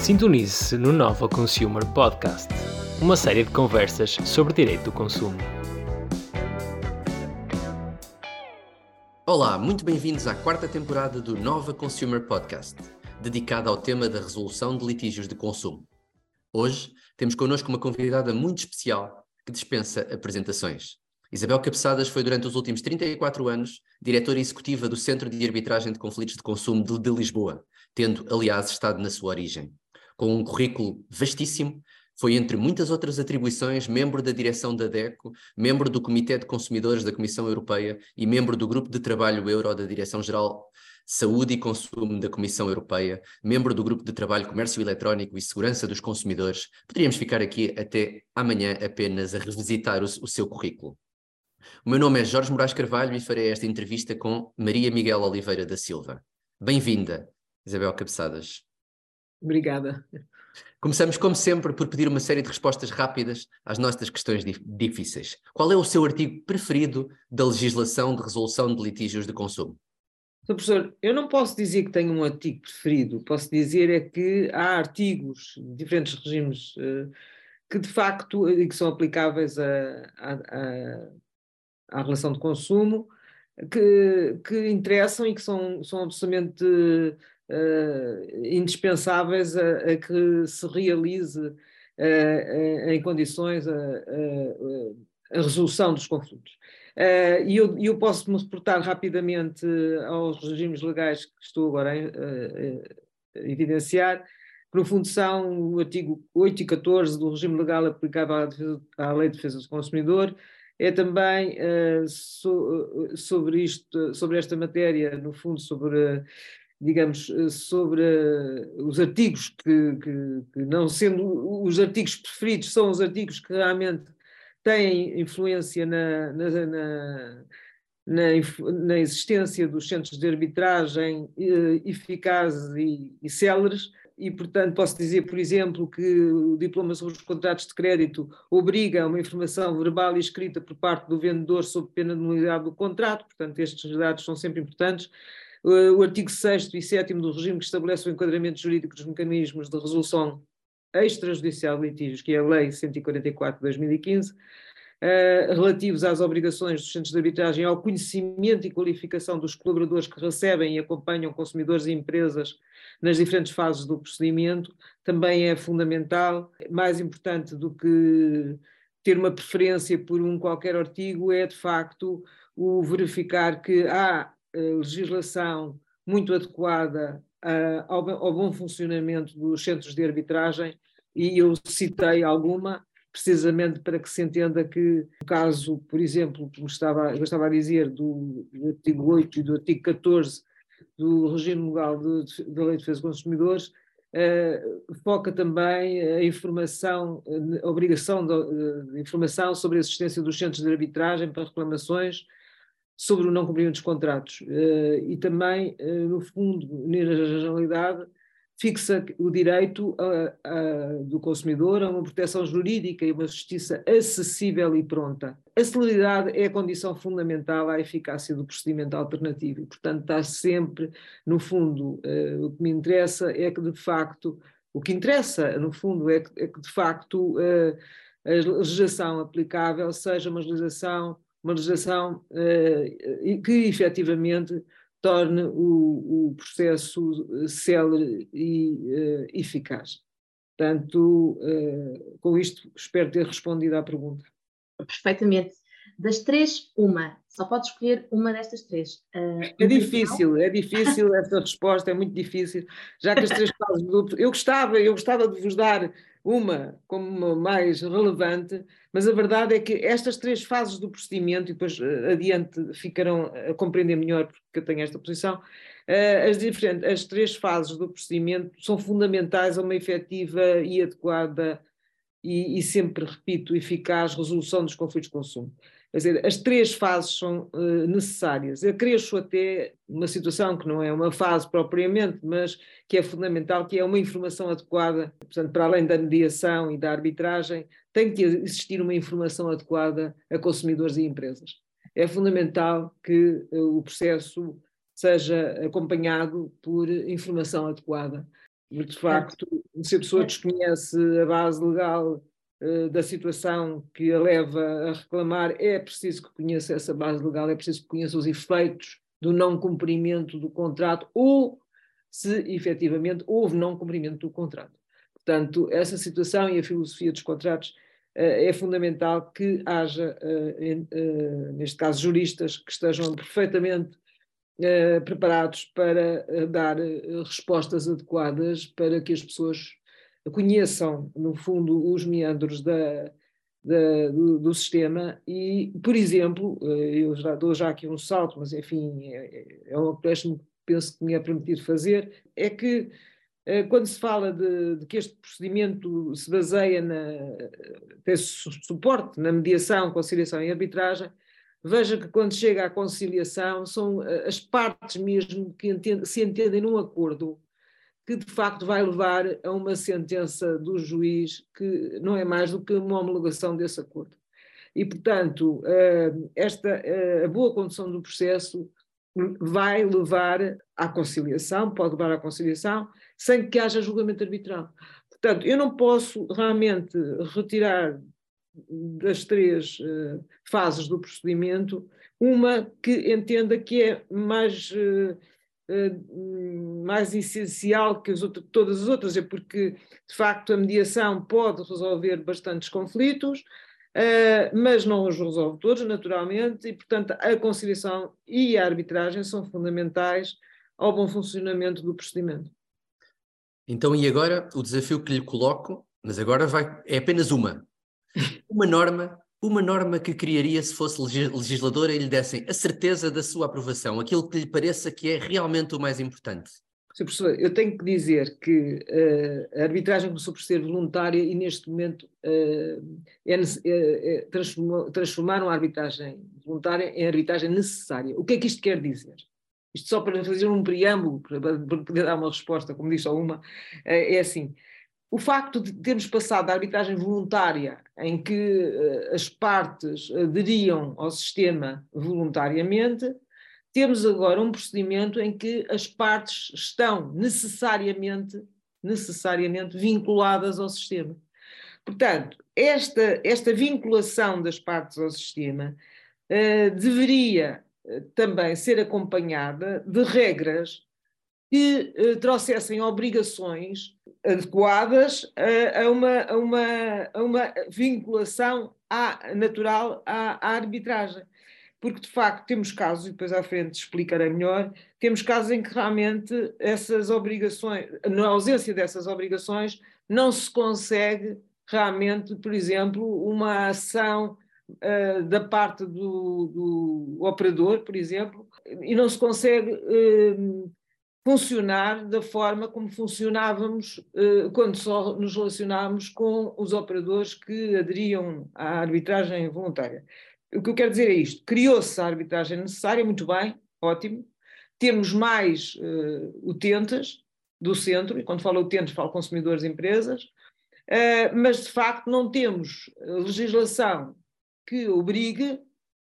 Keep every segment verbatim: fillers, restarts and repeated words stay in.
Sintonize-se no Nova Consumer Podcast, uma série de conversas sobre direito do consumo. Olá, muito bem-vindos à quarta temporada do Nova Consumer Podcast, dedicada ao tema da resolução de litígios de consumo. Hoje temos connosco uma convidada muito especial que dispensa apresentações. Isabel Cabeçadas foi durante os últimos trinta e quatro anos diretora executiva do Centro de Arbitragem de Conflitos de Consumo de, de Lisboa, tendo, aliás, estado na sua origem. Com um currículo vastíssimo, foi, entre muitas outras atribuições, membro da direção da DECO, membro do Comitê de Consumidores da Comissão Europeia e membro do Grupo de Trabalho Euro da Direção-Geral Saúde e Consumo da Comissão Europeia, membro do Grupo de Trabalho Comércio Eletrónico e Segurança dos Consumidores. Poderíamos ficar aqui até amanhã apenas a revisitar o, o seu currículo. O meu nome é Jorge Moraes Carvalho e farei esta entrevista com Maria Miguel Oliveira da Silva. Bem-vinda, Isabel Cabeçadas. Obrigada. Começamos, como sempre, por pedir uma série de respostas rápidas às nossas questões difíceis. Qual é o seu artigo preferido da legislação de resolução de litígios de consumo? Sr. Professor, eu não posso dizer que tenho um artigo preferido. Posso dizer é que há artigos de diferentes regimes uh, que, de facto, e que são aplicáveis a, a, a, à relação de consumo, que, que interessam e que são, são absolutamente uh, indispensáveis a, a que se realize uh, uh, em condições a, a, a resolução dos conflitos. Uh, e eu, eu posso me reportar rapidamente aos regimes legais que estou agora a, a, a evidenciar, que no fundo são o artigo oito e catorze do regime legal aplicado à, defesa, à Lei de Defesa do Consumidor. É também uh, so, sobre, isto, sobre esta matéria, no fundo, sobre, uh, digamos, uh, sobre uh, os artigos que, que, que, não sendo os artigos preferidos, são os artigos que realmente têm influência na, na, na, na, na existência dos centros de arbitragem uh, eficazes e, e céleres. E, portanto, posso dizer, por exemplo, que o diploma sobre os contratos de crédito obriga a uma informação verbal e escrita por parte do vendedor sob pena de nulidade do contrato, portanto, estes dados são sempre importantes. O artigo sexto e sétimo do regime que estabelece o enquadramento jurídico dos mecanismos de resolução extrajudicial de litígios, que é a Lei cento e quarenta e quatro de dois mil e quinze, Uh, relativos às obrigações dos centros de arbitragem ao conhecimento e qualificação dos colaboradores que recebem e acompanham consumidores e empresas nas diferentes fases do procedimento, também é fundamental. Mais importante do que ter uma preferência por um qualquer artigo é, de facto, o verificar que há uh, legislação muito adequada uh, ao, ao bom funcionamento dos centros de arbitragem, e eu citei alguma, precisamente para que se entenda que, no caso, por exemplo, como estava, eu estava a dizer, do, do artigo oito e do artigo catorze do regime legal de, da Lei de Defesa dos Consumidores, eh, foca também a informação, a obrigação de, de informação sobre a existência dos centros de arbitragem para reclamações sobre o não cumprimento dos contratos. Eh, e também, eh, no fundo, na generalidade, fixa o direito a, a, do consumidor a uma proteção jurídica e uma justiça acessível e pronta. A celeridade é a condição fundamental à eficácia do procedimento alternativo e, portanto, está sempre, no fundo, uh, o que me interessa é que, de facto, o que interessa, no fundo, é que, é que de facto, uh, a legislação aplicável seja uma legislação, uma legislação uh, que, efetivamente, torne o, o processo célere e uh, eficaz. Portanto, uh, com isto, espero ter respondido à pergunta. Perfeitamente. Das três, uma. Só pode escolher uma destas três. Uh, é difícil, é difícil essa resposta, é muito difícil, já que as três fases do... Eu gostava, eu gostava de vos dar uma como uma mais relevante, mas a verdade é que estas três fases do procedimento, e depois adiante ficarão a compreender melhor porque eu tenho esta posição, as, diferentes, as três fases do procedimento são fundamentais a uma efetiva e adequada e, e sempre, repito, eficaz resolução dos conflitos de consumo. Quer dizer, as três fases são uh, necessárias. Eu cresço até uma situação que não é uma fase propriamente, mas que é fundamental, que é uma informação adequada. Portanto, para além da mediação e da arbitragem, tem que existir uma informação adequada a consumidores e empresas. É fundamental que uh, o processo seja acompanhado por informação adequada. Porque, de facto, se a pessoa desconhece a base legal uh, da situação que a leva a reclamar, é preciso que conheça essa base legal, é preciso que conheça os efeitos do não cumprimento do contrato ou se efetivamente houve não cumprimento do contrato. Portanto, essa situação e a filosofia dos contratos uh, é fundamental que haja, uh, em, uh, neste caso, juristas que estejam perfeitamente Uh, preparados para uh, dar uh, respostas adequadas para que as pessoas conheçam, no fundo, os meandros da, da, do, do sistema e, por exemplo, uh, eu já dou já aqui um salto, mas enfim, é, é um acréscimo que penso que me é permitido fazer, é que uh, quando se fala de, de que este procedimento se baseia na, tem suporte na mediação, conciliação e arbitragem, veja que quando chega à conciliação são as partes mesmo que entende, se entendem num acordo que de facto vai levar a uma sentença do juiz que não é mais do que uma homologação desse acordo. E, portanto, esta, a boa condução do processo vai levar à conciliação, pode levar à conciliação, sem que haja julgamento arbitral. Portanto, eu não posso realmente retirar das três uh, fases do procedimento, uma que entenda que é mais, uh, uh, mais essencial que as outras, todas as outras, é porque, de facto, a mediação pode resolver bastantes conflitos, uh, mas não os resolve todos, naturalmente, e, portanto, a conciliação e a arbitragem são fundamentais ao bom funcionamento do procedimento. Então, e agora, o desafio que lhe coloco, mas agora vai, é apenas uma. Uma norma, uma norma que criaria se fosse legisladora e lhe dessem a certeza da sua aprovação, aquilo que lhe pareça que é realmente o mais importante. senhor Professor, eu tenho que dizer que uh, a arbitragem começou por ser voluntária e neste momento uh, é, é, é, transformou, transformaram a arbitragem voluntária em arbitragem necessária. O que é que isto quer dizer? Isto só para fazer um preâmbulo, para, para poder dar uma resposta, como disse só uma, uh, é assim. O facto de termos passado da arbitragem voluntária, em que uh, as partes aderiam ao sistema voluntariamente, temos agora um procedimento em que as partes estão necessariamente, necessariamente vinculadas ao sistema. Portanto, esta, esta vinculação das partes ao sistema uh, deveria uh, também ser acompanhada de regras que uh, trouxessem obrigações adequadas a, a, uma, a, uma, a uma vinculação à, natural à, à arbitragem. Porque, de facto, temos casos, e depois à frente explicarei melhor, temos casos em que realmente essas obrigações, na ausência dessas obrigações, não se consegue realmente, por exemplo, uma ação uh, da parte do, do operador, por exemplo, e não se consegue uh, funcionar da forma como funcionávamos uh, quando só nos relacionámos com os operadores que aderiam à arbitragem voluntária. O que eu quero dizer é isto, criou-se a arbitragem necessária, muito bem, ótimo, temos mais uh, utentes do centro, e quando falo utentes falo consumidores e empresas, uh, mas de facto não temos legislação que obrigue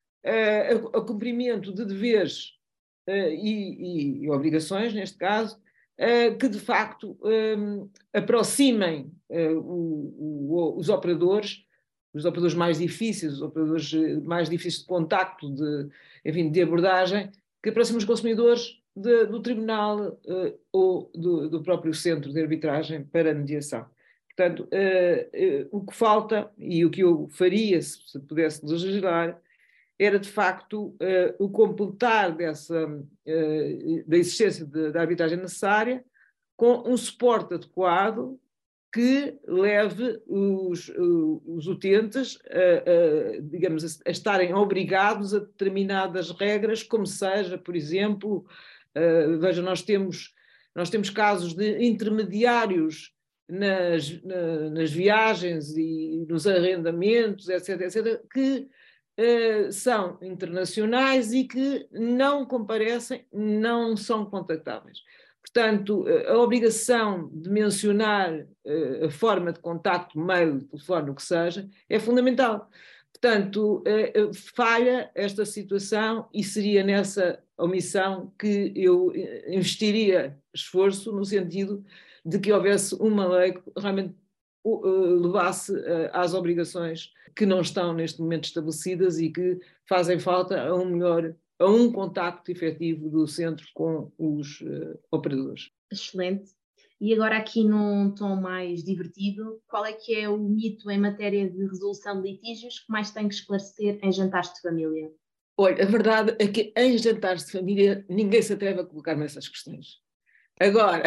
uh, a, a cumprimento de deveres uh, e, e, e obrigações, neste caso, uh, que de facto um, aproximem uh, o, o, os operadores, os operadores mais difíceis, os operadores mais difíceis de contacto, de, enfim, de abordagem, que aproximam os consumidores de, do tribunal uh, ou do, do próprio centro de arbitragem para a mediação. Portanto, uh, uh, o que falta, e o que eu faria se, se pudesse legislar, era de facto uh, o completar dessa, uh, da existência de, da arbitragem necessária com um suporte adequado que leve os, os utentes a, a, digamos, a estarem obrigados a determinadas regras, como seja, por exemplo, uh, veja, nós temos, nós temos casos de intermediários nas, na, nas viagens e nos arrendamentos, etc, etcétera, que uh, são internacionais e que não comparecem, não são contactáveis. Portanto, a obrigação de mencionar uh, a forma de contacto, mail, telefone, o que seja, é fundamental. Portanto, uh, falha esta situação e seria nessa omissão que eu investiria esforço no sentido de que houvesse uma lei que realmente uh, levasse uh, às obrigações que não estão neste momento estabelecidas e que fazem falta a um melhor, a um contacto efetivo do centro com os uh, operadores. Excelente. E agora aqui num tom mais divertido, qual é que é o mito em matéria de resolução de litígios que mais tem que esclarecer em jantares de família? Olha, a verdade é que em jantares de família ninguém se atreve a colocar-me essas questões. Agora,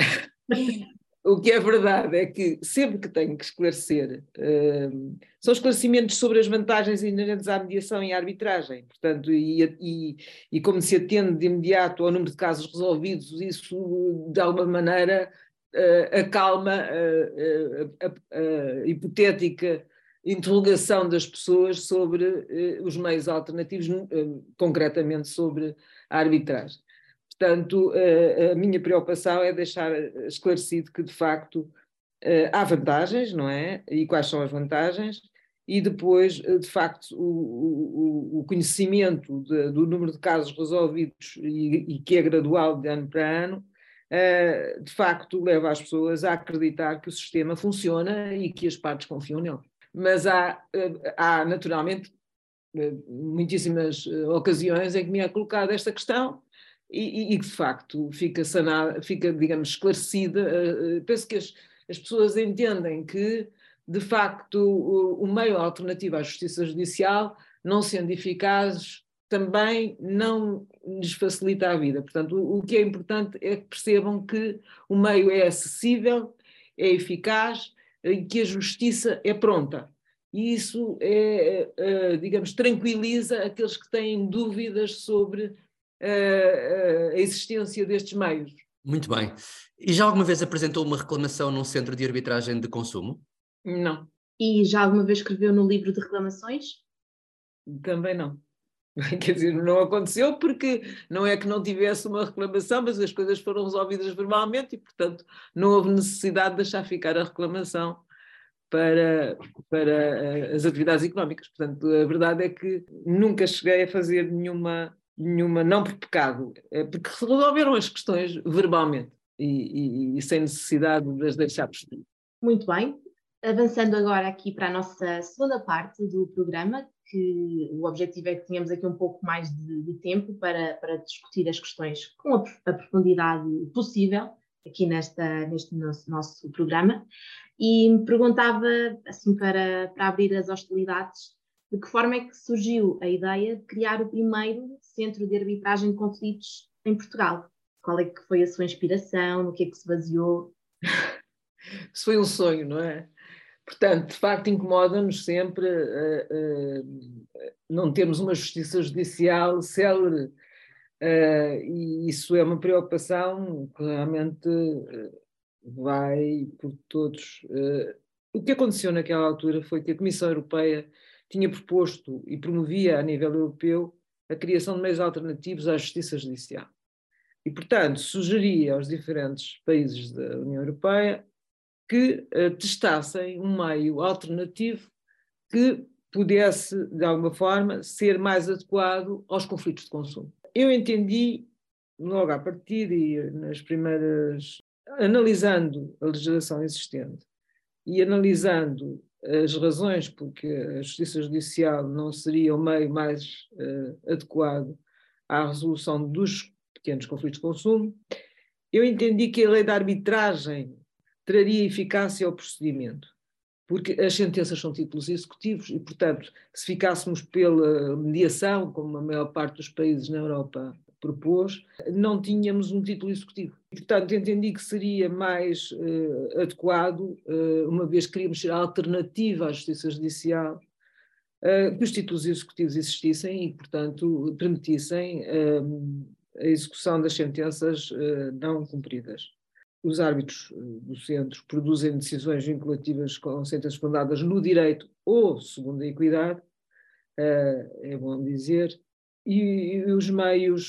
o que é verdade é que sempre que tenho que esclarecer, uh, são esclarecimentos sobre as vantagens inerentes à mediação e à arbitragem, portanto, e, e, e como se atende de imediato ao número de casos resolvidos, isso de alguma maneira uh, acalma uh, a, a, a hipotética interrogação das pessoas sobre uh, os meios alternativos, uh, concretamente sobre a arbitragem. Portanto, uh, a minha preocupação é deixar esclarecido que, de facto, uh, há vantagens, não é? E quais são as vantagens? E depois, uh, de facto, o, o, o conhecimento de, do número de casos resolvidos e, e que é gradual de ano para ano, uh, de facto, leva as pessoas a acreditar que o sistema funciona e que as partes confiam nele. Mas há, há naturalmente, muitíssimas ocasiões em que me é colocada esta questão e, e de facto fica sanada, fica, digamos, esclarecida. Penso que as, as pessoas entendem que, de facto, o, o meio alternativo à justiça judicial, não sendo eficaz, também não lhes facilita a vida. Portanto, o, o que é importante é que percebam que o meio é acessível, é eficaz, e que a justiça é pronta. E isso, é, é, digamos, tranquiliza aqueles que têm dúvidas sobre é, a existência destes meios. Muito bem. E já alguma vez apresentou uma reclamação num centro de arbitragem de consumo? Não. E já alguma vez escreveu no livro de reclamações? Também não. Quer dizer, não aconteceu porque não é que não tivesse uma reclamação, mas as coisas foram resolvidas verbalmente e, portanto, não houve necessidade de deixar ficar a reclamação para, para as atividades económicas. Portanto, a verdade é que nunca cheguei a fazer nenhuma, nenhuma não por pecado, porque se resolveram as questões verbalmente e, e, e sem necessidade de as deixar por escrito. Muito bem. Avançando agora aqui para a nossa segunda parte do programa, que o objetivo é que tenhamos aqui um pouco mais de, de tempo para, para discutir as questões com a, a profundidade possível aqui nesta, neste nosso, nosso programa. E me perguntava, assim, para, para abrir as hostilidades, de que forma é que surgiu a ideia de criar o primeiro centro de arbitragem de conflitos em Portugal? Qual é que foi a sua inspiração? No que é que se baseou? Isso foi um sonho, não é? Portanto, de facto, incomoda-nos sempre uh, uh, não termos uma justiça judicial célere, uh, e isso é uma preocupação que realmente uh, vai por todos. Uh, o que aconteceu naquela altura foi que a Comissão Europeia tinha proposto e promovia a nível europeu a criação de meios alternativos à justiça judicial. E, portanto, sugeria aos diferentes países da União Europeia que uh, testassem um meio alternativo que pudesse, de alguma forma, ser mais adequado aos conflitos de consumo. Eu entendi, logo à partida e nas primeiras, analisando a legislação existente e analisando as razões porque a justiça judicial não seria o meio mais uh, adequado à resolução dos pequenos conflitos de consumo, eu entendi que a lei da arbitragem traria eficácia ao procedimento, porque as sentenças são títulos executivos e, portanto, se ficássemos pela mediação, como a maior parte dos países na Europa propôs, não tínhamos um título executivo. E, portanto, entendi que seria mais uh, adequado, uh, uma vez que queríamos ser a alternativa à justiça judicial, uh, que os títulos executivos existissem e, portanto, permitissem uh, a execução das sentenças uh, não cumpridas. Os árbitros do centro produzem decisões vinculativas com sentenças fundadas no direito ou segundo a equidade, é bom dizer, e os meios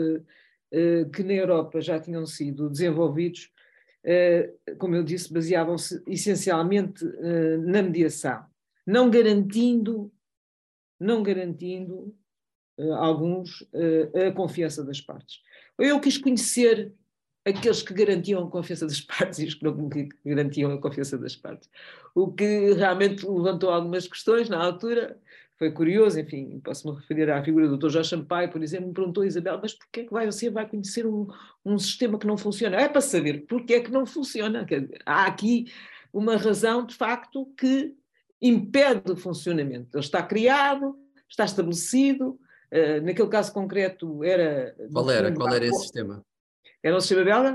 que na Europa já tinham sido desenvolvidos, como eu disse, baseavam-se essencialmente na mediação, não garantindo, não garantindo alguns a confiança das partes. Eu quis conhecer aqueles que garantiam a confiança das partes e os que não que garantiam a confiança das partes. O que realmente levantou algumas questões na altura, foi curioso, enfim, posso-me referir à figura do doutor Jorge Sampaio, por exemplo, me perguntou a Isabel, mas porquê é que vai, você vai conhecer um, um sistema que não funciona? É para saber porquê é que não funciona. Quer dizer, há aqui uma razão, de facto, que impede o funcionamento. Ele está criado, está estabelecido, uh, naquele caso concreto era... Qual era? fundo, Qual era esse sistema? Era o sistema belga,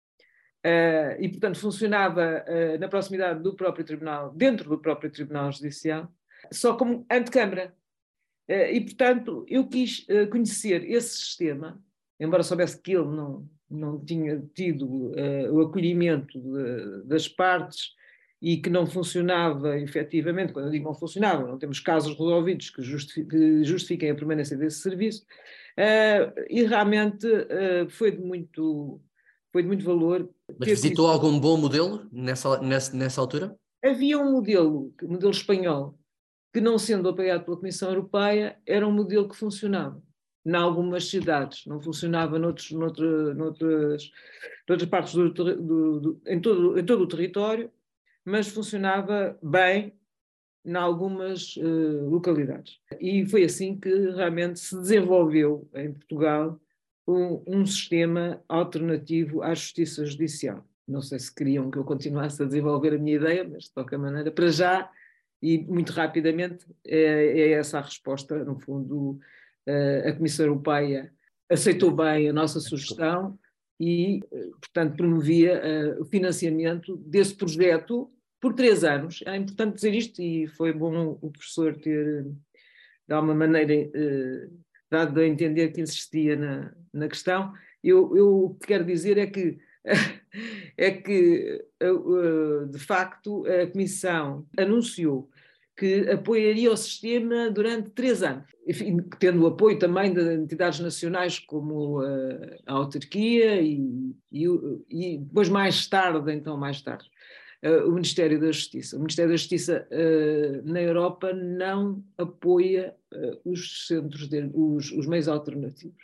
uh, e, portanto, funcionava uh, na proximidade do próprio tribunal, dentro do próprio Tribunal Judicial, só como antecâmara. Uh, e, portanto, eu quis uh, conhecer esse sistema, embora soubesse que ele não, não tinha tido uh, o acolhimento de, das partes e que não funcionava efetivamente. Quando eu digo não funcionava, não temos casos resolvidos que, justifi que justifiquem a permanência desse serviço, uh, e realmente uh, foi, de muito, foi de muito valor. Mas visitou sido... algum bom modelo nessa, nessa, nessa altura? Havia um modelo, um modelo espanhol, que, não sendo apoiado pela Comissão Europeia, era um modelo que funcionava em algumas cidades, não funcionava noutros, noutra, noutras, noutras partes do, do, do, em, todo, em todo o território, mas funcionava bem em algumas uh, localidades. E foi assim que realmente se desenvolveu em Portugal um, um sistema alternativo à justiça judicial. Não sei se queriam que eu continuasse a desenvolver a minha ideia, mas de qualquer maneira, para já, e muito rapidamente, é, é essa a resposta. No fundo, uh, a Comissão Europeia aceitou bem a nossa sugestão e, portanto, promovia uh, o financiamento desse projeto por três anos. É importante dizer isto e foi bom o professor ter, de alguma maneira, uh, dado a entender que insistia na, na questão. Eu, eu o que quero dizer é que, é que uh, de facto, a Comissão anunciou que apoiaria o sistema durante três anos, enfim, tendo o apoio também de entidades nacionais como a autarquia e, e, e depois mais tarde, então mais tarde, uh, o Ministério da Justiça. O Ministério da Justiça uh, na Europa não apoia uh, os centros, de, os, os meios alternativos.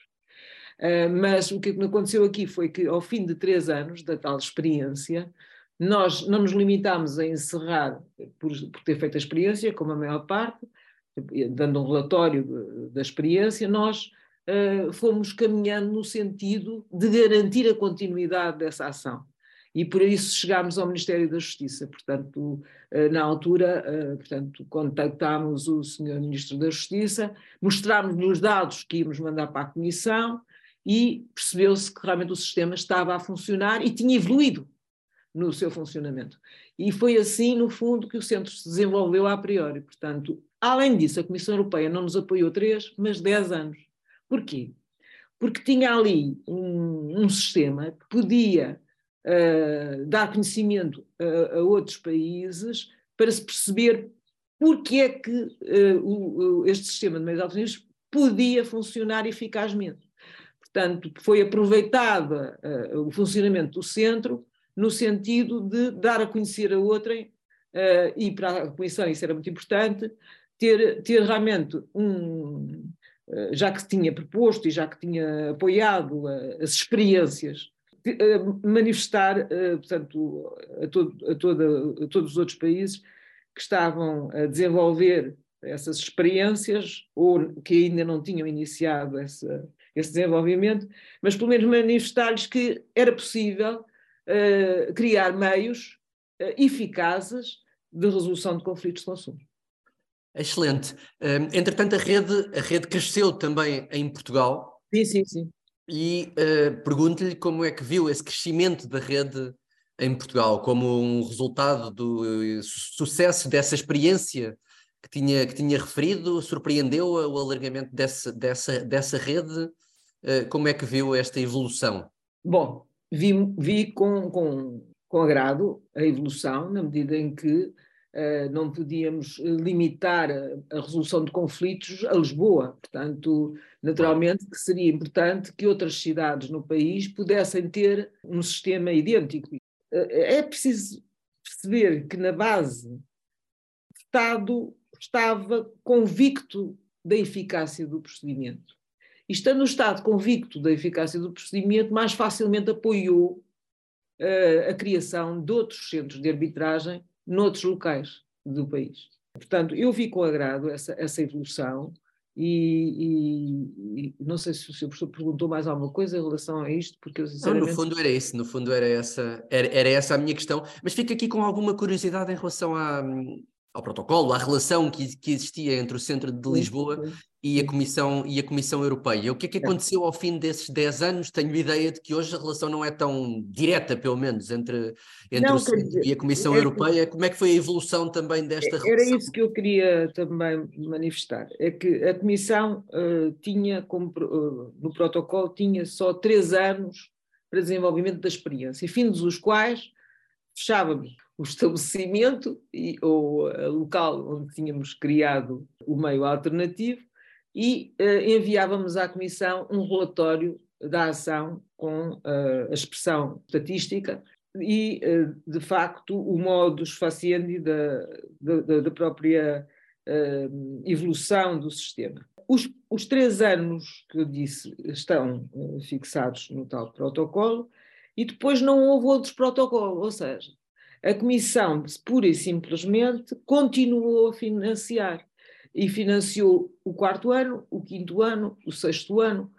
Uh, mas o que aconteceu aqui foi que, ao fim de três anos da tal experiência, nós não nos limitámos a encerrar por, por ter feito a experiência, como a maior parte, dando um relatório de, da experiência, nós uh, fomos caminhando no sentido de garantir a continuidade dessa ação. E por isso chegámos ao Ministério da Justiça. Portanto, uh, na altura, uh, portanto, contactámos o senhor Ministro da Justiça, mostrámos-lhe os dados que íamos mandar para a Comissão e percebeu-se que realmente o sistema estava a funcionar e tinha evoluído no seu funcionamento. E foi assim, no fundo, que o centro se desenvolveu a priori. Portanto, além disso, a Comissão Europeia não nos apoiou três, mas dez anos. Porquê? Porque tinha ali um, um sistema que podia uh, dar conhecimento a, a outros países para se perceber porque é que uh, o, o, este sistema de meios alternativos podia funcionar eficazmente. Portanto, foi aproveitado uh, o funcionamento do centro no sentido de dar a conhecer a outrem, uh, e para a Comissão isso era muito importante, ter, ter realmente um, uh, já que tinha proposto e já que tinha apoiado uh, as experiências, uh, manifestar, uh, portanto, a, todo, a, toda, a todos os outros países que estavam a desenvolver essas experiências ou que ainda não tinham iniciado essa, esse desenvolvimento, mas pelo menos manifestar-lhes que era possível Uh, criar meios uh, eficazes de resolução de conflitos de consumo. Excelente. Um, entretanto, a rede, a rede cresceu também em Portugal. Sim, sim, sim. E uh, pergunto-lhe como é que viu esse crescimento da rede em Portugal, como um resultado do uh, sucesso dessa experiência que tinha, que tinha referido, surpreendeu o alargamento dessa, dessa, dessa rede? Uh, como é que viu esta evolução? Bom, Vi, vi com, com, com agrado a evolução, na medida em que uh, não podíamos limitar a, a resolução de conflitos a Lisboa. Portanto, naturalmente que seria importante que outras cidades no país pudessem ter um sistema idêntico. Uh, é preciso perceber que, na base, o Estado estava convicto da eficácia do procedimento e estando o Estado convicto da eficácia do procedimento, mais facilmente apoiou uh, a criação de outros centros de arbitragem noutros locais do país. Portanto, eu vi com agrado essa, essa evolução e, e, e não sei se o senhor professor perguntou mais alguma coisa em relação a isto, porque eu sinceramente... Não, no fundo era isso, no fundo era essa, era, era essa a minha questão, mas fico aqui com alguma curiosidade em relação à, ao protocolo, à relação que, que existia entre o Centro de Lisboa sim, sim. E, a Comissão, e a Comissão Europeia. O que é que aconteceu ao fim desses dez anos? Tenho ideia de que hoje a relação não é tão direta, pelo menos, entre, entre não, o Centro dizer, e a Comissão é Europeia. Que... Como é que foi a evolução também desta relação? Era isso que eu queria também manifestar, é que a Comissão uh, tinha, como, uh, no protocolo, tinha só três anos para desenvolvimento da experiência, e fins os quais fechávamos o estabelecimento e, ou o local onde tínhamos criado o meio alternativo e uh, enviávamos à Comissão um relatório da ação com uh, a expressão estatística e, uh, de facto, o modus faciendi da, da, da própria uh, evolução do sistema. Os, os três anos que eu disse estão uh, fixados no tal protocolo e depois não houve outros protocolos, ou seja, a Comissão, pura e simplesmente, continuou a financiar e financiou o quarto ano, o quinto ano, o sexto ano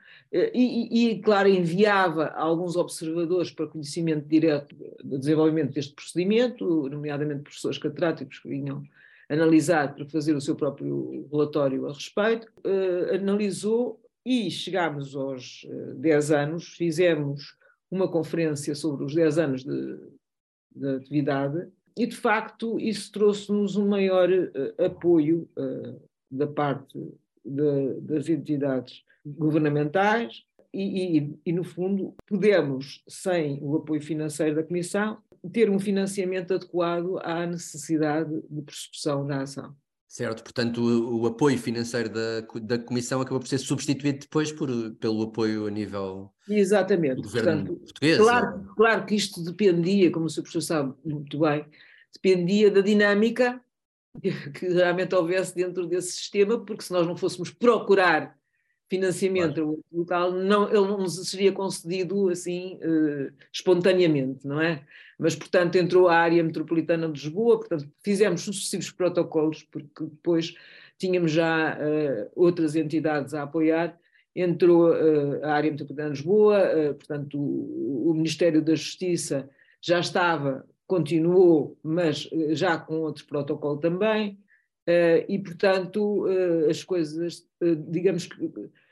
e, e, e claro, enviava alguns observadores para conhecimento direto do desenvolvimento deste procedimento, nomeadamente professores catedráticos que vinham analisar para fazer o seu próprio relatório a respeito, uh, analisou e chegámos aos uh, dez anos, fizemos uma conferência sobre os dez anos de, de atividade e, de facto, isso trouxe-nos um maior uh, apoio uh, da parte de, das entidades governamentais e, e, e, no fundo, podemos, sem o apoio financeiro da Comissão, ter um financiamento adequado à necessidade de prossecução da ação. Certo, portanto o, o apoio financeiro da, da Comissão acabou por ser substituído depois por, pelo apoio a nível Exatamente. do governo portanto, português. Claro, ou... claro que isto dependia, como o senhor professor sabe muito bem, dependia da dinâmica que realmente houvesse dentro desse sistema, porque se nós não fôssemos procurar financiamento claro. local, não, ele não nos seria concedido assim uh, espontaneamente, não é? Mas, portanto, entrou a área metropolitana de Lisboa, portanto, fizemos sucessivos protocolos, porque depois tínhamos já uh, outras entidades a apoiar, entrou uh, a área metropolitana de Lisboa, uh, portanto, o, o Ministério da Justiça já estava, continuou, mas uh, já com outro protocolo também, Uh, e, portanto, uh, as coisas, uh, digamos que,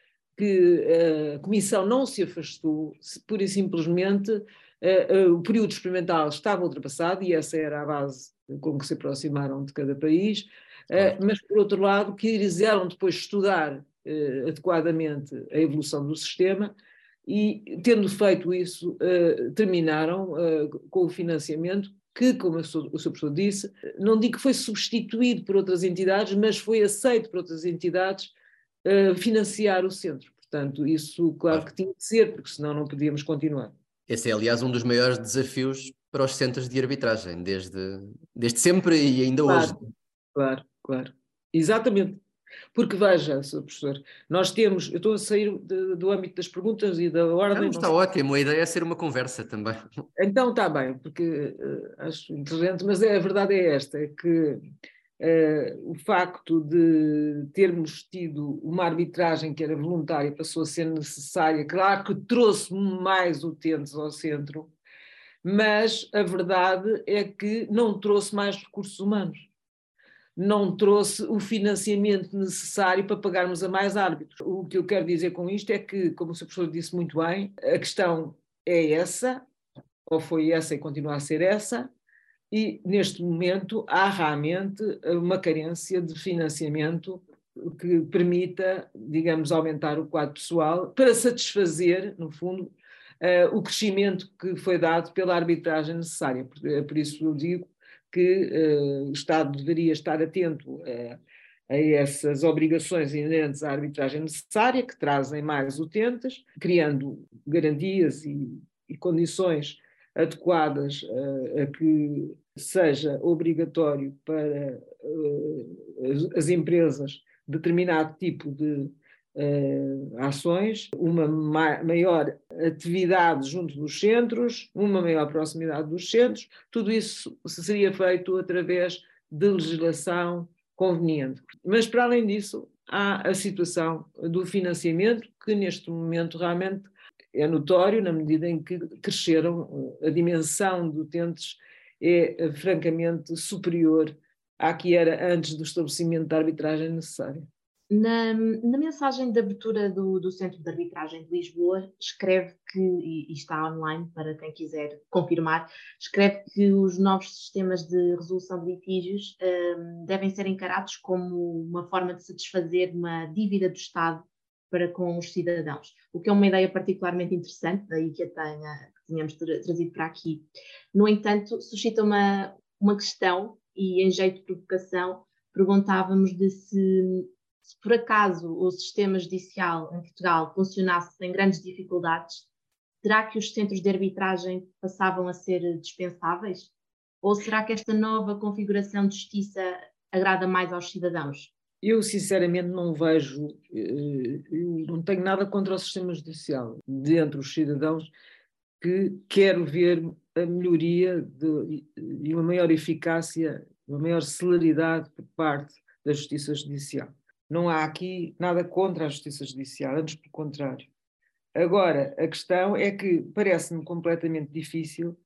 que a Comissão não se afastou, se, pura e simplesmente uh, uh, o período experimental estava ultrapassado e essa era a base com que se aproximaram de cada país, uh, mas, por outro lado, quiseram depois estudar uh, adequadamente a evolução do sistema e, tendo feito isso, uh, terminaram uh, com o financiamento que, como o seu professor disse, não digo que foi substituído por outras entidades, mas foi aceito por outras entidades uh, financiar o centro. Portanto, isso claro que tinha de ser, porque senão não podíamos continuar. Esse é, aliás, um dos maiores desafios para os centros de arbitragem, desde, desde sempre e ainda claro, hoje. Claro, claro. Exatamente. Porque veja, senhor professor, nós temos, eu estou a sair de, do âmbito das perguntas e da ordem... Não, está não ótimo, a ideia é ser uma conversa também. Então está bem, porque uh, acho interessante, mas é, a verdade é esta, é que uh, o facto de termos tido uma arbitragem que era voluntária passou a ser necessária, claro que trouxe mais utentes ao centro, mas a verdade é que não trouxe mais recursos humanos. Não trouxe o financiamento necessário para pagarmos a mais árbitros. O que eu quero dizer com isto é que, como o senhor professor disse muito bem, a questão é essa, ou foi essa e continua a ser essa, e neste momento há realmente uma carência de financiamento que permita, digamos, aumentar o quadro pessoal para satisfazer, no fundo, uh, o crescimento que foi dado pela arbitragem necessária. Por, por isso eu digo que uh, o Estado deveria estar atento uh, a essas obrigações inerentes à arbitragem necessária, que trazem mais utentes, criando garantias e, e condições adequadas uh, a que seja obrigatório para uh, as, as empresas determinado tipo de uh, ações, uma ma- maior atividade junto dos centros, uma maior proximidade dos centros, tudo isso seria feito através de legislação conveniente. Mas, para além disso, há a situação do financiamento, que neste momento realmente é notório, na medida em que cresceram, a dimensão de utentes é francamente superior à que era antes do estabelecimento da arbitragem necessária. Na, na mensagem de abertura do, do Centro de Arbitragem de Lisboa, escreve que, e, e está online para quem quiser confirmar, escreve que os novos sistemas de resolução de litígios um, devem ser encarados como uma forma de satisfazer uma dívida do Estado para com os cidadãos, o que é uma ideia particularmente interessante, daí que a tenha, que tenhamos tra- trazido para aqui. No entanto, suscita uma, uma questão, e em jeito de provocação, perguntávamos de se Se por acaso o sistema judicial em Portugal funcionasse sem grandes dificuldades, será que os centros de arbitragem passavam a ser dispensáveis? Ou será que esta nova configuração de justiça agrada mais aos cidadãos? Eu, sinceramente, não vejo, eu não tenho nada contra o sistema judicial. Dentre os cidadãos, que quero ver a melhoria de, e uma maior eficácia, uma maior celeridade por parte da justiça judicial. Não há aqui nada contra a justiça judicial, antes pelo contrário. Agora, a questão é que parece-me completamente difícil,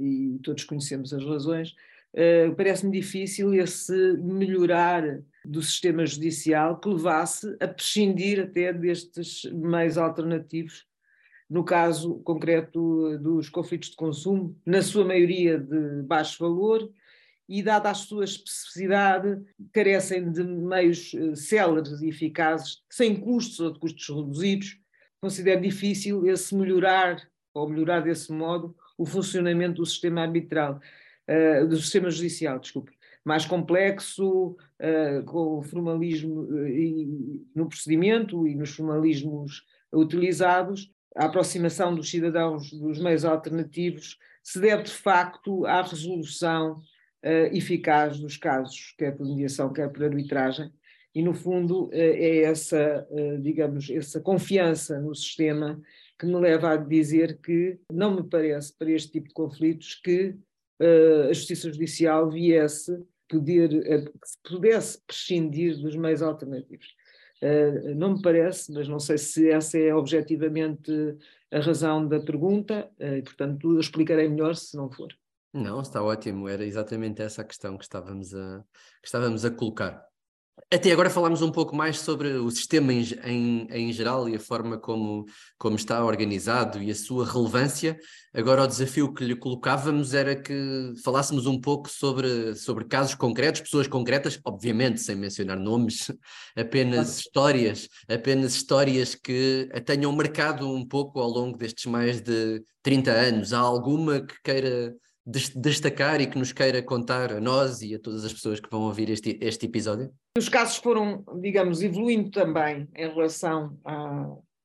e todos conhecemos as razões, uh, parece-me difícil esse melhorar do sistema judicial que levasse a prescindir até destes meios alternativos, no caso concreto dos conflitos de consumo, na sua maioria de baixo valor, e, dada a sua especificidade, carecem de meios céleres e eficazes, sem custos ou de custos reduzidos. Considero difícil esse melhorar, ou melhorar desse modo, o funcionamento do sistema arbitral, uh, do sistema judicial, desculpe, mais complexo, uh, com o formalismo uh, e, no procedimento e nos formalismos utilizados. A aproximação dos cidadãos dos meios alternativos se deve, de facto, à resolução Uh, eficaz dos casos, quer por mediação, quer por arbitragem, e no fundo uh, é essa, uh, digamos, essa confiança no sistema que me leva a dizer que não me parece, para este tipo de conflitos, que uh, a justiça judicial viesse poder, uh, que se pudesse prescindir dos meios alternativos. Uh, não me parece, mas não sei se essa é objetivamente a razão da pergunta, uh, e portanto eu explicarei melhor se não for. Não, está ótimo, era exatamente essa a questão que estávamos a, que estávamos a colocar. Até agora falámos um pouco mais sobre o sistema em, em, em geral e a forma como, como está organizado e a sua relevância. Agora o desafio que lhe colocávamos era que falássemos um pouco sobre, sobre casos concretos, pessoas concretas, obviamente sem mencionar nomes, apenas ah. histórias, apenas histórias que a tenham marcado um pouco ao longo destes mais de trinta anos. Há alguma que queira destacar e que nos queira contar a nós e a todas as pessoas que vão ouvir este, este episódio? Os casos foram, digamos, evoluindo também em relação à,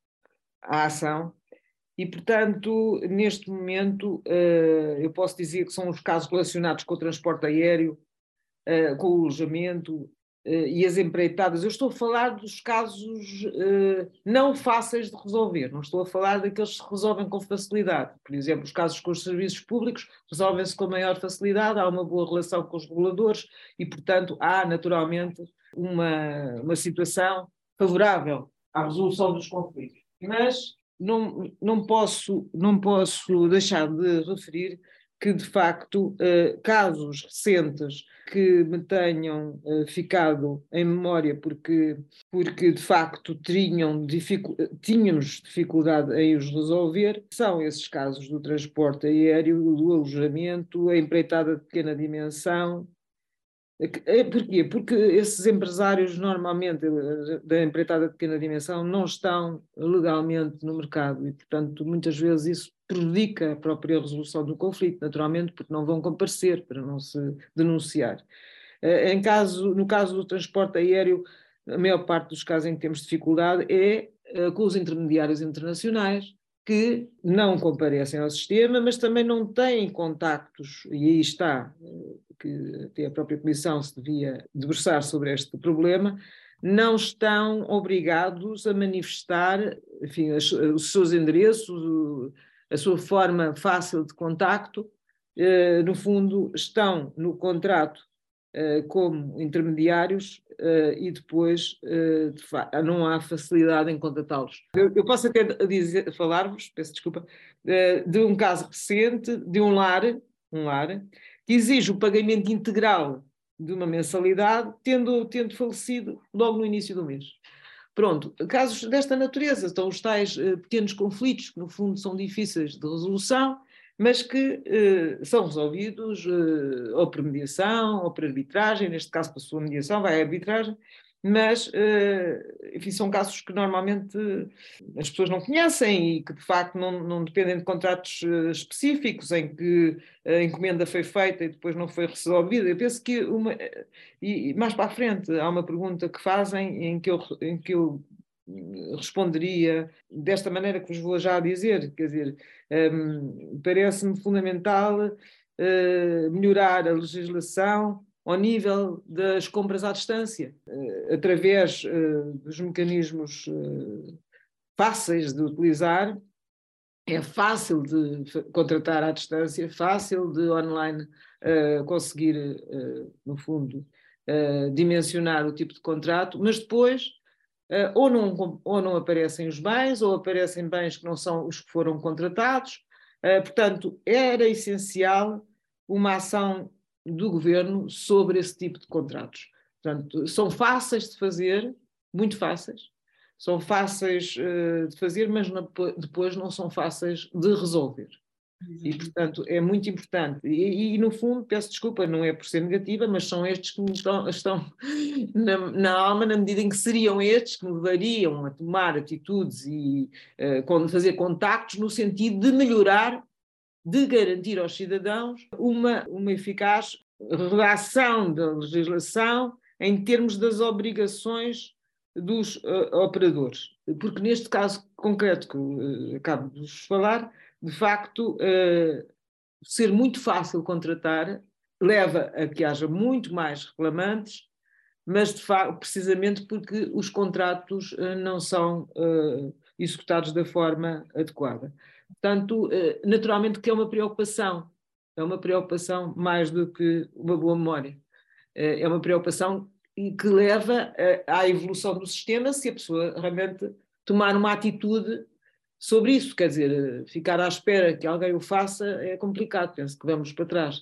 à ação e, portanto, neste momento uh, eu posso dizer que são os casos relacionados com o transporte aéreo, uh, com o alojamento uh, e as empreitadas. Eu estou a falar dos casos uh, não fáceis de resolver, não estou a falar daqueles que se resolvem com facilidade. Por exemplo, os casos com os serviços públicos resolvem-se com maior facilidade, há uma boa relação com os reguladores e, portanto, há naturalmente uma, uma situação favorável à resolução dos conflitos. Mas não, não, posso, não posso deixar de referir que, de facto, eh, casos recentes que me tenham eh, ficado em memória porque, porque de facto, tinham dificu- tínhamos dificuldade em os resolver, são esses casos do transporte aéreo, do alojamento, a empreitada de pequena dimensão. Porquê? Porque esses empresários normalmente da empreitada de pequena dimensão não estão legalmente no mercado e, portanto, muitas vezes isso prejudica a própria resolução do conflito, naturalmente, porque não vão comparecer para não se denunciar. Em caso, no caso do transporte aéreo, a maior parte dos casos em que temos dificuldade é com os intermediários internacionais, que não comparecem ao sistema, mas também não têm contactos, e aí está, que até a própria Comissão se devia debruçar sobre este problema, não estão obrigados a manifestar, enfim, as, os seus endereços, a sua forma fácil de contacto. Uh, no fundo, estão no contrato uh, como intermediários uh, e depois uh, de fa- não há facilidade em contatá-los. Eu, eu posso até dizer, falar-vos, peço desculpa, uh, de um caso recente, de um lar, um lar, que exige o pagamento integral de uma mensalidade, tendo, tendo falecido logo no início do mês. Pronto, casos desta natureza, estão os tais uh, pequenos conflitos, que no fundo são difíceis de resolução, mas que uh, são resolvidos uh, ou por mediação, ou por arbitragem, neste caso para a sua mediação vai à arbitragem, mas uh, enfim, são casos que normalmente as pessoas não conhecem e que de facto não, não dependem de contratos uh, específicos em que a encomenda foi feita e depois não foi resolvida. Eu penso que uma, e, e mais para a frente há uma pergunta que fazem em que eu, em que eu responderia desta maneira que vos vou já dizer, quer dizer, um, parece-me fundamental uh, melhorar a legislação ao nível das compras à distância, uh, através uh, dos mecanismos uh, fáceis de utilizar. É fácil de contratar à distância, fácil de online uh, conseguir, uh, no fundo, uh, dimensionar o tipo de contrato, mas depois uh, ou, não, ou não aparecem os bens, ou aparecem bens que não são os que foram contratados. Uh, portanto, era essencial uma ação do governo sobre esse tipo de contratos. Portanto, são fáceis de fazer, muito fáceis, são fáceis uh, de fazer, mas na, depois não são fáceis de resolver. Exato. E, portanto, é muito importante. E, e, no fundo, peço desculpa, não é por ser negativa, mas são estes que me estão, estão na, na alma, na medida em que seriam estes que me levariam a tomar atitudes e uh, fazer contactos no sentido de melhorar, de garantir aos cidadãos uma, uma eficaz redação da legislação em termos das obrigações dos uh, operadores. Porque neste caso concreto que uh, acabo de vos falar, de facto, uh, ser muito fácil contratar leva a que haja muito mais reclamantes, mas de facto, precisamente porque os contratos uh, não são uh, executados da forma adequada. Portanto, uh, naturalmente que é uma preocupação, é uma preocupação mais do que uma boa memória. Uh, é uma preocupação que leva à evolução do sistema se a pessoa realmente tomar uma atitude sobre isso. Quer dizer, ficar à espera que alguém o faça é complicado, penso que vamos para trás.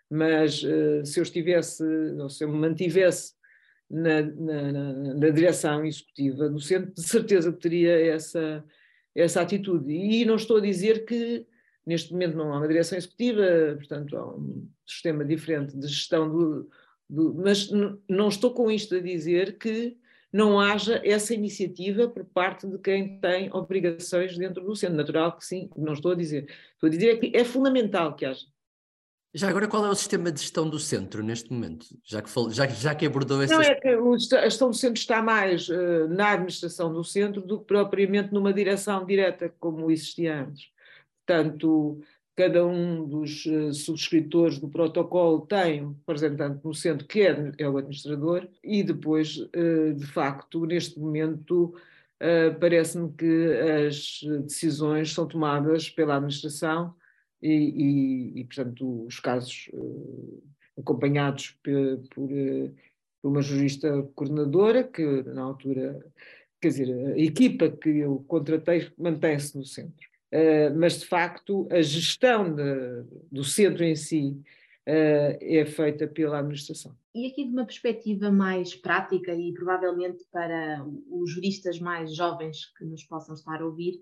Mas se eu estivesse, ou se eu me mantivesse na, na, na, na direção executiva do centro, de certeza que teria essa, essa atitude. E não estou a dizer que neste momento não há uma direção executiva, portanto há um sistema diferente de gestão do Do, mas não estou com isto a dizer que não haja essa iniciativa por parte de quem tem obrigações dentro do centro. Natural que sim, não estou a dizer. Estou a dizer que é fundamental que haja. Já agora, qual é o sistema de gestão do centro neste momento? Já que, já, já que abordou essa... Não, é que a gestão do centro está mais uh, na administração do centro do que propriamente numa direção direta como existia antes. Portanto, cada um dos uh, subscritores do protocolo tem um representante no centro que é, é o administrador e depois, uh, de facto, neste momento, uh, parece-me que as decisões são tomadas pela administração e, e, e portanto, os casos uh, acompanhados por, por, uh, por uma jurista coordenadora que, na altura, quer dizer, a equipa que eu contratei mantém-se no centro. Uh, mas, de facto, a gestão de, do centro em si uh, é feita pela administração. E aqui de uma perspectiva mais prática e provavelmente para os juristas mais jovens que nos possam estar a ouvir,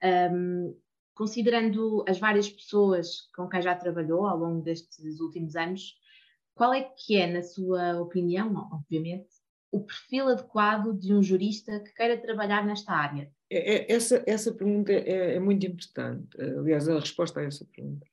um, considerando as várias pessoas com quem já trabalhou ao longo destes últimos anos, qual é que é, na sua opinião, obviamente, o perfil adequado de um jurista que queira trabalhar nesta área? Essa, essa pergunta é, é muito importante. Aliás, a resposta a essa pergunta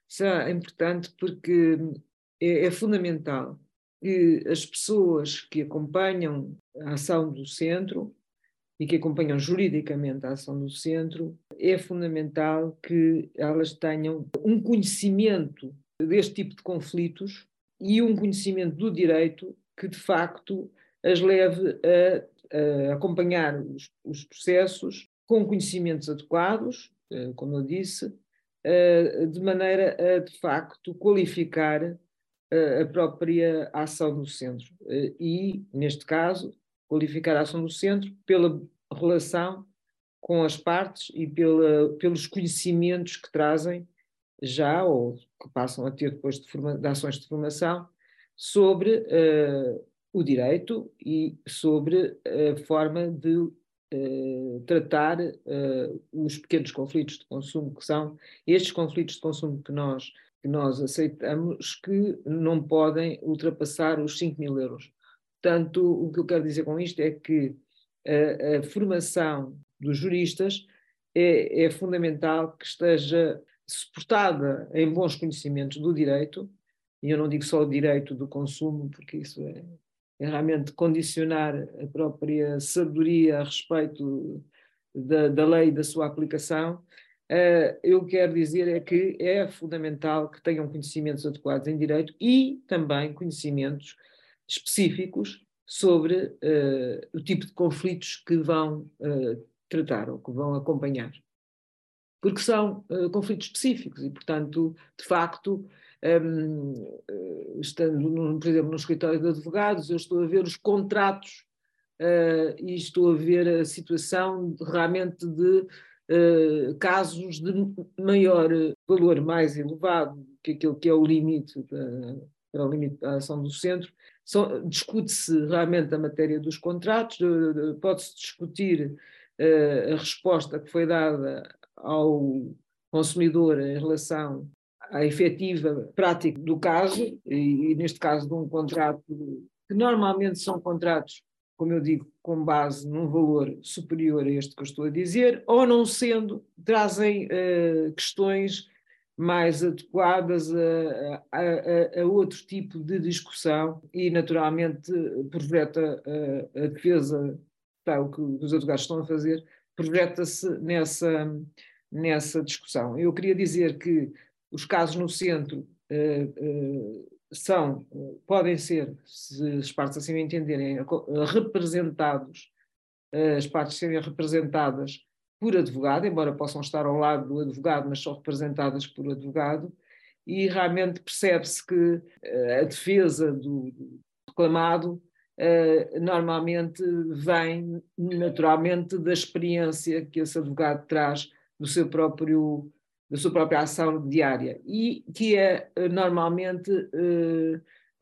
é importante porque é, é fundamental que as pessoas que acompanham a ação do centro e que acompanham juridicamente a ação do centro, é fundamental que elas tenham um conhecimento deste tipo de conflitos e um conhecimento do direito que, de facto, as leve uh, acompanhar os, os processos com conhecimentos adequados, uh, como eu disse, uh, de maneira a, de facto, qualificar uh, a própria ação do centro. Uh, e, neste caso, qualificar a ação do centro pela relação com as partes e pela, pelos conhecimentos que trazem já, ou que passam a ter depois de, forma, de ações de formação, sobre uh, o direito e sobre a forma de uh, tratar uh, os pequenos conflitos de consumo, que são estes conflitos de consumo que nós, que nós aceitamos, que não podem ultrapassar os cinco mil euros. Portanto, o que eu quero dizer com isto é que a, a formação dos juristas é, é fundamental que esteja suportada em bons conhecimentos do direito, e eu não digo só o direito do consumo, porque isso é, é realmente condicionar a própria sabedoria a respeito da, da lei e da sua aplicação. Uh, eu quero dizer é que é fundamental que tenham conhecimentos adequados em direito e também conhecimentos específicos sobre uh, o tipo de conflitos que vão uh, tratar ou que vão acompanhar. Porque são uh, conflitos específicos e, portanto, de facto, um, estando, no, por exemplo, no escritório de advogados, eu estou a ver os contratos uh, e estou a ver a situação de, realmente de uh, casos de maior valor, mais elevado que aquele que é o limite da, para o limite da ação do centro. Discute-se realmente a matéria dos contratos, pode-se discutir uh, a resposta que foi dada ao consumidor em relação à efetiva prática do caso, e, e neste caso de um contrato, que normalmente são contratos, como eu digo, com base num valor superior a este que eu estou a dizer, ou não sendo, trazem uh, questões mais adequadas a, a, a, a outro tipo de discussão e, naturalmente, projeta a, a defesa, tá, o que os advogados estão a fazer, projeta-se nessa, nessa discussão. Eu queria dizer que os casos no centro uh, uh, são, uh, podem ser, se as partes assim o entenderem, representados, uh, as partes serem representadas por advogado, embora possam estar ao lado do advogado, mas são representadas por advogado, e realmente percebe-se que uh, a defesa do, do reclamado uh, normalmente vem naturalmente da experiência que esse advogado traz do seu próprio, da sua própria ação diária, e que é uh, normalmente uh,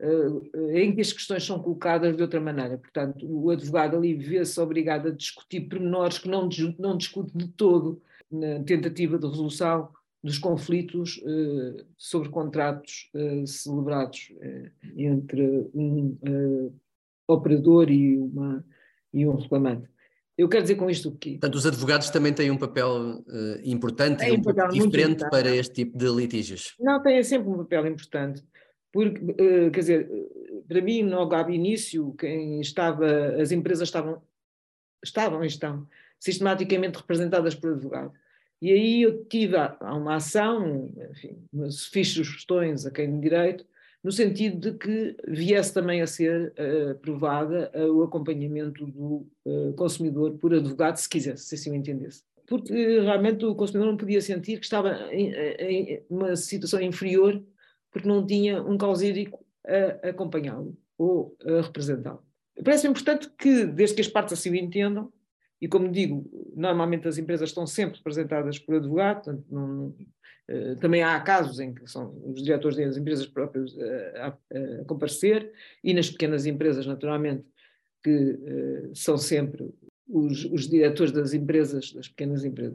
uh, em que as questões são colocadas de outra maneira. Portanto, o advogado ali vê-se obrigado a discutir pormenores que não, não discute de todo na tentativa de resolução dos conflitos uh, sobre contratos uh, celebrados uh, entre um uh, operador e, uma, e um reclamante. Eu quero dizer com isto o quê? Portanto, os advogados também têm um papel uh, importante é e um pouco diferente para este tipo de litígios. Não, têm sempre um papel importante, porque, uh, quer dizer, para mim, logo ao início, quem estava, as empresas estavam, estavam e estão sistematicamente representadas por advogado. E aí eu tive uma ação, enfim, fiz sugestões a quem de direito, no sentido de que viesse também a ser uh, aprovada uh, o acompanhamento do uh, consumidor por advogado, se quisesse, se assim o entendesse. Porque uh, realmente o consumidor não podia sentir que estava em, em uma situação inferior porque não tinha um causídico a, a acompanhá-lo ou a representá-lo. Parece-me importante que, desde que as partes assim o entendam, e como digo, normalmente as empresas estão sempre representadas por advogado, portanto, não, uh, também há casos em que são os diretores das empresas próprios uh, a, a comparecer, e nas pequenas empresas, naturalmente, que uh, são sempre os, os diretores das empresas, das pequenas empresas,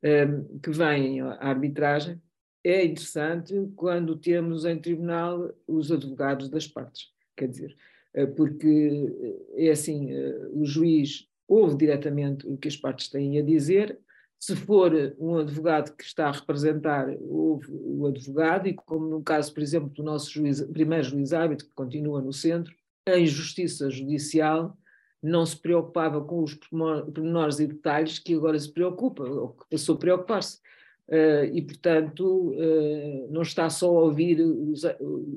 uh, que vêm à arbitragem. É interessante quando temos em tribunal os advogados das partes, quer dizer, uh, porque é assim, uh, o juiz ouve diretamente o que as partes têm a dizer. Se for um advogado que está a representar, ouve o advogado, e como no caso, por exemplo, do nosso juiz, primeiro juiz-árbitro, que continua no centro, em justiça judicial não se preocupava com os pormenores e detalhes que agora se preocupa, ou que passou a preocupar-se. Uh, e, portanto, uh, não está só a ouvir os,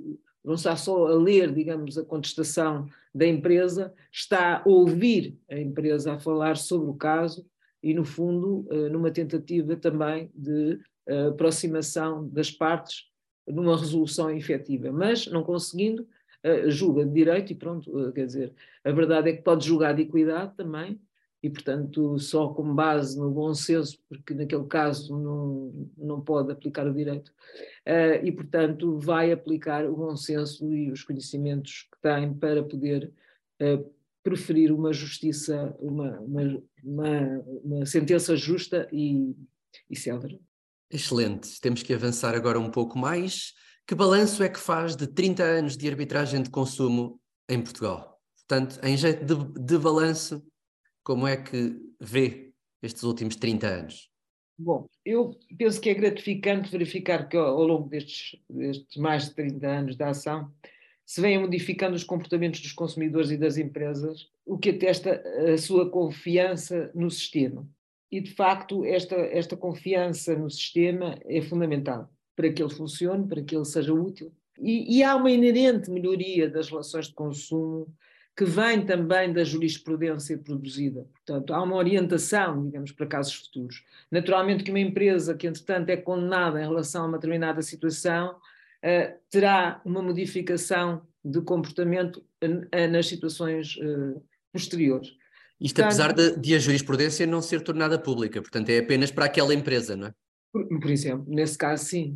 não está só a ler, digamos, a contestação da empresa, está a ouvir a empresa a falar sobre o caso e, no fundo, numa tentativa também de aproximação das partes numa resolução efetiva, mas não conseguindo, julga de direito e pronto, quer dizer, a verdade é que pode julgar de equidade também, e, portanto, só com base no bom senso, porque naquele caso não, não pode aplicar o direito, uh, e, portanto, vai aplicar o bom senso e os conhecimentos que tem para poder uh, preferir uma justiça, uma, uma, uma, uma sentença justa e, e célere. Excelente. Temos que avançar agora um pouco mais. Que balanço é que faz de trinta anos de arbitragem de consumo em Portugal? Portanto, em jeito de, de balanço, como é que vê estes últimos trinta anos? Bom, eu penso que é gratificante verificar que ao longo destes, destes mais de trinta anos de ação se vêm modificando os comportamentos dos consumidores e das empresas, o que atesta a sua confiança no sistema. E, de facto, esta, esta confiança no sistema é fundamental para que ele funcione, para que ele seja útil. E, e há uma inerente melhoria das relações de consumo que vem também da jurisprudência produzida. Portanto, há uma orientação, digamos, para casos futuros. Naturalmente que uma empresa que, entretanto, é condenada em relação a uma determinada situação uh, terá uma modificação de comportamento uh, nas situações uh, posteriores. Isto Portanto, apesar de, de a jurisprudência não ser tornada pública, portanto é apenas para aquela empresa, não é? Por, por exemplo, nesse caso sim,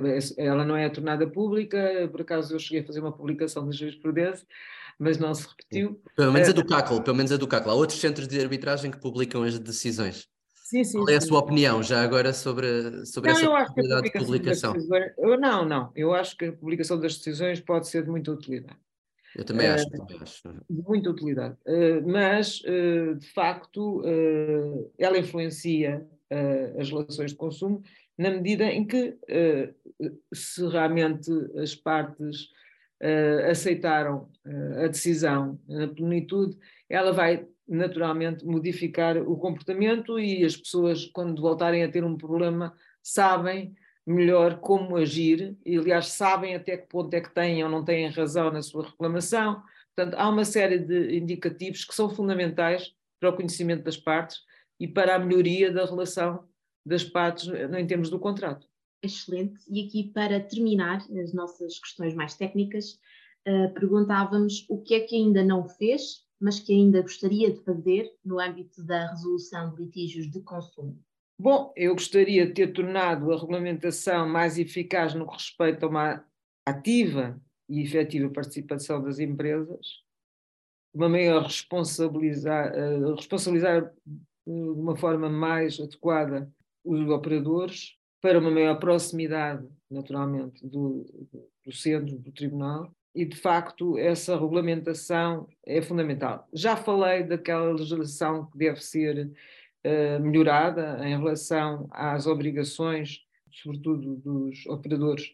ela não é tornada pública, por acaso eu cheguei a fazer uma publicação de jurisprudência, mas não se repetiu. Pelo menos a do C A C L, pelo menos a do C A C L. Há outros centros de arbitragem que publicam as decisões. Sim, sim, Qual é a sim. sua opinião já agora sobre, sobre não, essa eu acho que a possibilidade de publicação publicação? Das decisões, eu, não, não, eu acho que a publicação das decisões pode ser de muita utilidade. Eu também acho, uh, também acho. De muita utilidade, uh, mas uh, de facto uh, ela influencia uh, as relações de consumo na medida em que uh, se realmente as partes uh, aceitaram uh, a decisão na plenitude, ela vai naturalmente modificar o comportamento e as pessoas, quando voltarem a ter um problema, sabem melhor como agir e, aliás, sabem até que ponto é que têm ou não têm razão na sua reclamação. Portanto, há uma série de indicativos que são fundamentais para o conhecimento das partes e para a melhoria da relação das partes em termos do contrato. Excelente. E aqui, para terminar as nossas questões mais técnicas, uh, perguntávamos o que é que ainda não fez, mas que ainda gostaria de fazer no âmbito da resolução de litígios de consumo. Bom, eu gostaria de ter tornado a regulamentação mais eficaz no que respeita a uma ativa e efetiva participação das empresas, uma maior responsabilizar, uh, responsabilizar uh, de uma forma mais adequada os operadores, para uma maior proximidade, naturalmente, do, do centro, do tribunal, e, de facto, essa regulamentação é fundamental. Já falei daquela legislação que deve ser uh, melhorada em relação às obrigações, sobretudo dos operadores,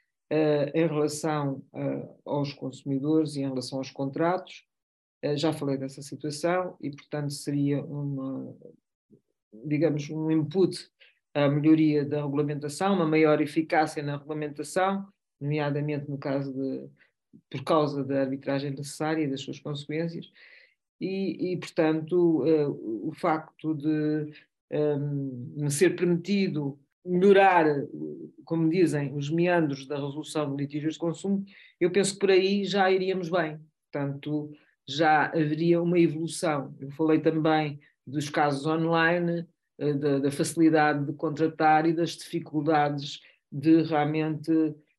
uh, em relação uh, aos consumidores e em relação aos contratos. Uh, já falei dessa situação e, portanto, seria uma, digamos, um input à melhoria da regulamentação, uma maior eficácia na regulamentação, nomeadamente no caso de por causa da arbitragem necessária e das suas consequências, e, e portanto, uh, o facto de um, me ser permitido melhorar, como dizem, os meandros da resolução de litígios de consumo, eu penso que por aí já iríamos bem, portanto, já haveria uma evolução. Eu falei também dos casos online, uh, da, da facilidade de contratar e das dificuldades de realmente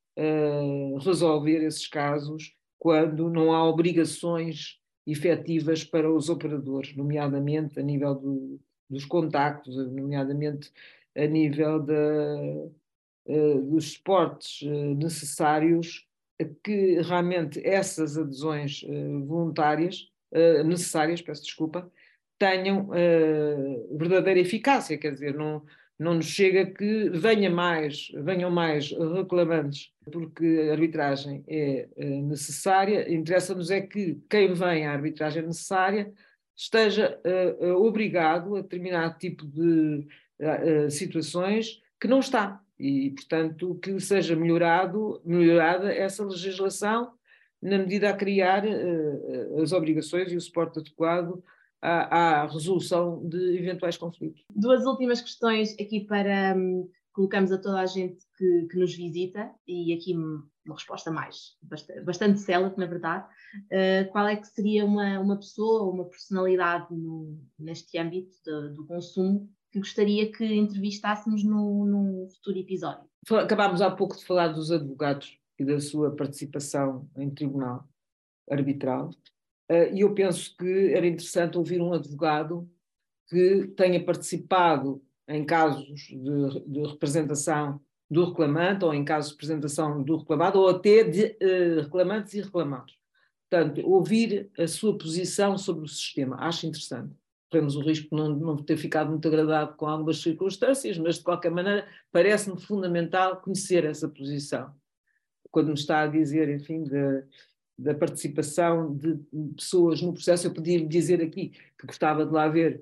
Uh, resolver esses casos quando não há obrigações efetivas para os operadores, nomeadamente a nível do, dos contactos, nomeadamente a nível de, uh, dos suportes uh, necessários, que realmente essas adesões uh, voluntárias, uh, necessárias, peço desculpa, tenham uh, verdadeira eficácia, quer dizer, não, não nos chega que venha mais, venham mais reclamantes porque a arbitragem é uh, necessária, interessa-nos é que quem vem à arbitragem necessária esteja uh, uh, obrigado a determinado tipo de uh, uh, situações que não está. e, portanto, que seja melhorado, melhorada essa legislação na medida a criar uh, as obrigações e o suporte adequado à, à resolução de eventuais conflitos. Duas últimas questões aqui para um, colocamos a toda a gente que, que nos visita, e aqui uma resposta mais bastante, bastante célebre, na verdade. Uh, qual é que seria uma, uma pessoa, uma personalidade no, neste âmbito do, do consumo que gostaria que entrevistássemos no, num futuro episódio? Acabámos há pouco de falar dos advogados e da sua participação em tribunal arbitral, e eu penso que era interessante ouvir um advogado que tenha participado em casos de, de representação do reclamante ou em casos de representação do reclamado ou até de uh, reclamantes e reclamados. Portanto, ouvir a sua posição sobre o sistema, acho interessante. Corremos o risco de não, não ter ficado muito agradado com algumas circunstâncias, mas de qualquer maneira parece-me fundamental conhecer essa posição. Quando me está a dizer, enfim, da, da participação de pessoas no processo, eu podia dizer aqui que gostava de lá ver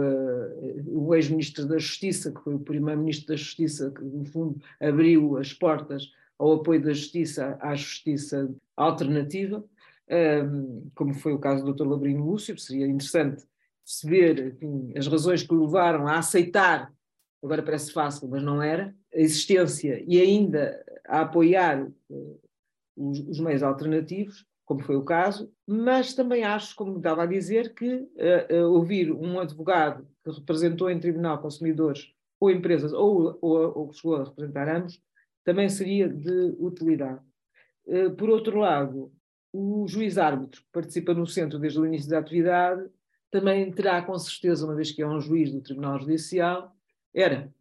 uh, o ex-ministro da Justiça, que foi o primeiro-ministro da Justiça, que no fundo abriu as portas ao apoio da Justiça à Justiça alternativa, um, como foi o caso do doutor Labrino Lúcio. Seria interessante perceber, enfim, as razões que o levaram a aceitar, agora parece fácil, mas não era, a existência e ainda a apoiar uh, os, os meios alternativos, como foi o caso, mas também acho, como estava a dizer, que uh, uh, ouvir um advogado que representou em tribunal consumidores ou empresas, ou, ou, ou chegou a representar ambos, também seria de utilidade. Uh, por outro lado, o juiz-árbitro, que participa no centro desde o início da atividade, também terá, com certeza, uma vez que é um juiz do Tribunal Judicial, era,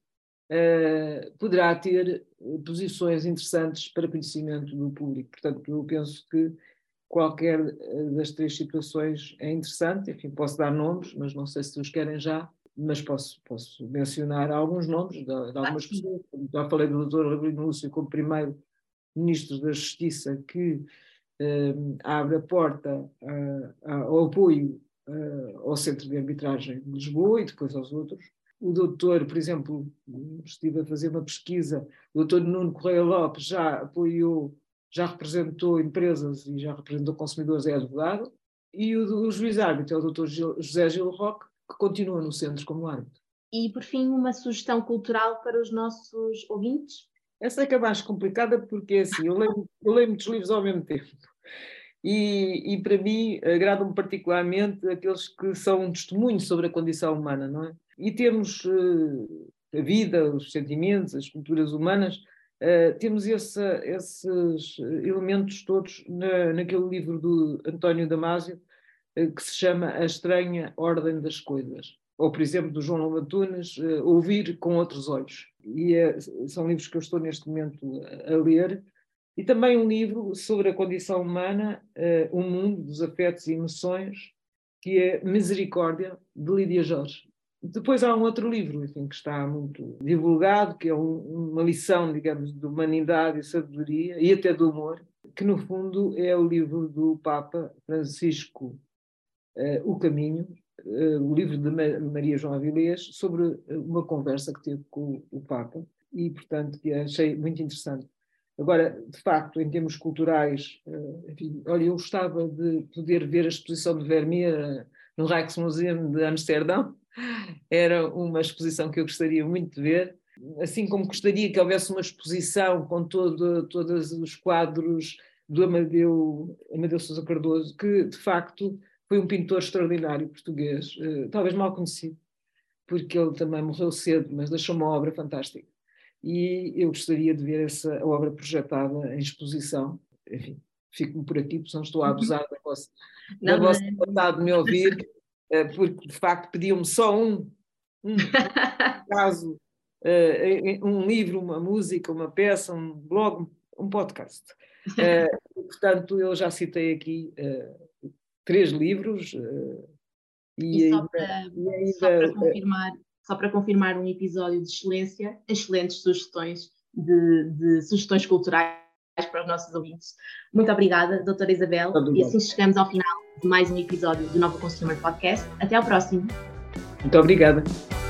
uh, poderá ter posições interessantes para conhecimento do público. Portanto, eu penso que qualquer das três situações é interessante. Enfim, posso dar nomes, mas não sei se os querem já, mas posso, posso mencionar alguns nomes de, de algumas pessoas. Já falei do doutor Labrino Lúcio como primeiro ministro da Justiça, que uh, abre a porta uh, ao apoio uh, ao Centro de Arbitragem de Lisboa e depois aos outros. O doutor, por exemplo, estive a fazer uma pesquisa, o doutor Nuno Correia Lopes já apoiou, já representou empresas e já representou consumidores, é advogado, e o, o juiz-árbitro é o doutor José Gil Roque, que continua no centro como árbitro. E, por fim, uma sugestão cultural para os nossos ouvintes? Essa é que é mais complicada, porque é assim, eu leio, eu leio muitos livros ao mesmo tempo. E, e para mim, agradam-me particularmente aqueles que são um testemunho sobre a condição humana, não é? E temos uh, a vida, os sentimentos, as culturas humanas, uh, temos esse, esses elementos todos na, naquele livro do António Damasio, uh, que se chama A Estranha Ordem das Coisas. Ou, por exemplo, do João Lobo Antunes, uh, Ouvir com Outros Olhos. E uh, são livros que eu estou neste momento a, a ler. E também um livro sobre a condição humana, uh, O Mundo dos Afetos e Emoções, que é Misericórdia, de Lídia Jorge. Depois há um outro livro, enfim, que está muito divulgado, que é um, uma lição, digamos, de humanidade e sabedoria, e até do humor, que no fundo é o livro do Papa Francisco, uh, O Caminho, uh, o livro de Maria João Avilés, sobre uma conversa que teve com o Papa, e portanto que achei muito interessante. Agora, de facto, em termos culturais, uh, enfim, olha, eu gostava de poder ver a exposição de Vermeer no Rijksmuseum de Amsterdão. Era uma exposição que eu gostaria muito de ver, assim como gostaria que houvesse uma exposição com todo, todos os quadros do Amadeu, Amadeu Sousa Cardoso, que de facto foi um pintor extraordinário português, talvez mal conhecido, porque ele também morreu cedo, mas deixou uma obra fantástica. E eu gostaria de ver essa obra projetada em exposição. Enfim, fico-me por aqui, porque não estou a abusar da vossa, da vossa vontade de me ouvir, porque de facto pediam-me só um, um caso, um livro, uma música, uma peça, um blog, um podcast. Portanto, eu já citei aqui uh, três livros. Uh, e, e, só, ainda, para, e ainda, só para confirmar, só para confirmar um episódio de excelência, excelentes sugestões de, de sugestões culturais para os nossos ouvintes. Muito obrigada, doutora Isabel. E assim chegamos ao final de mais um episódio do Nova Consumer Podcast. Até ao próximo. Muito obrigada.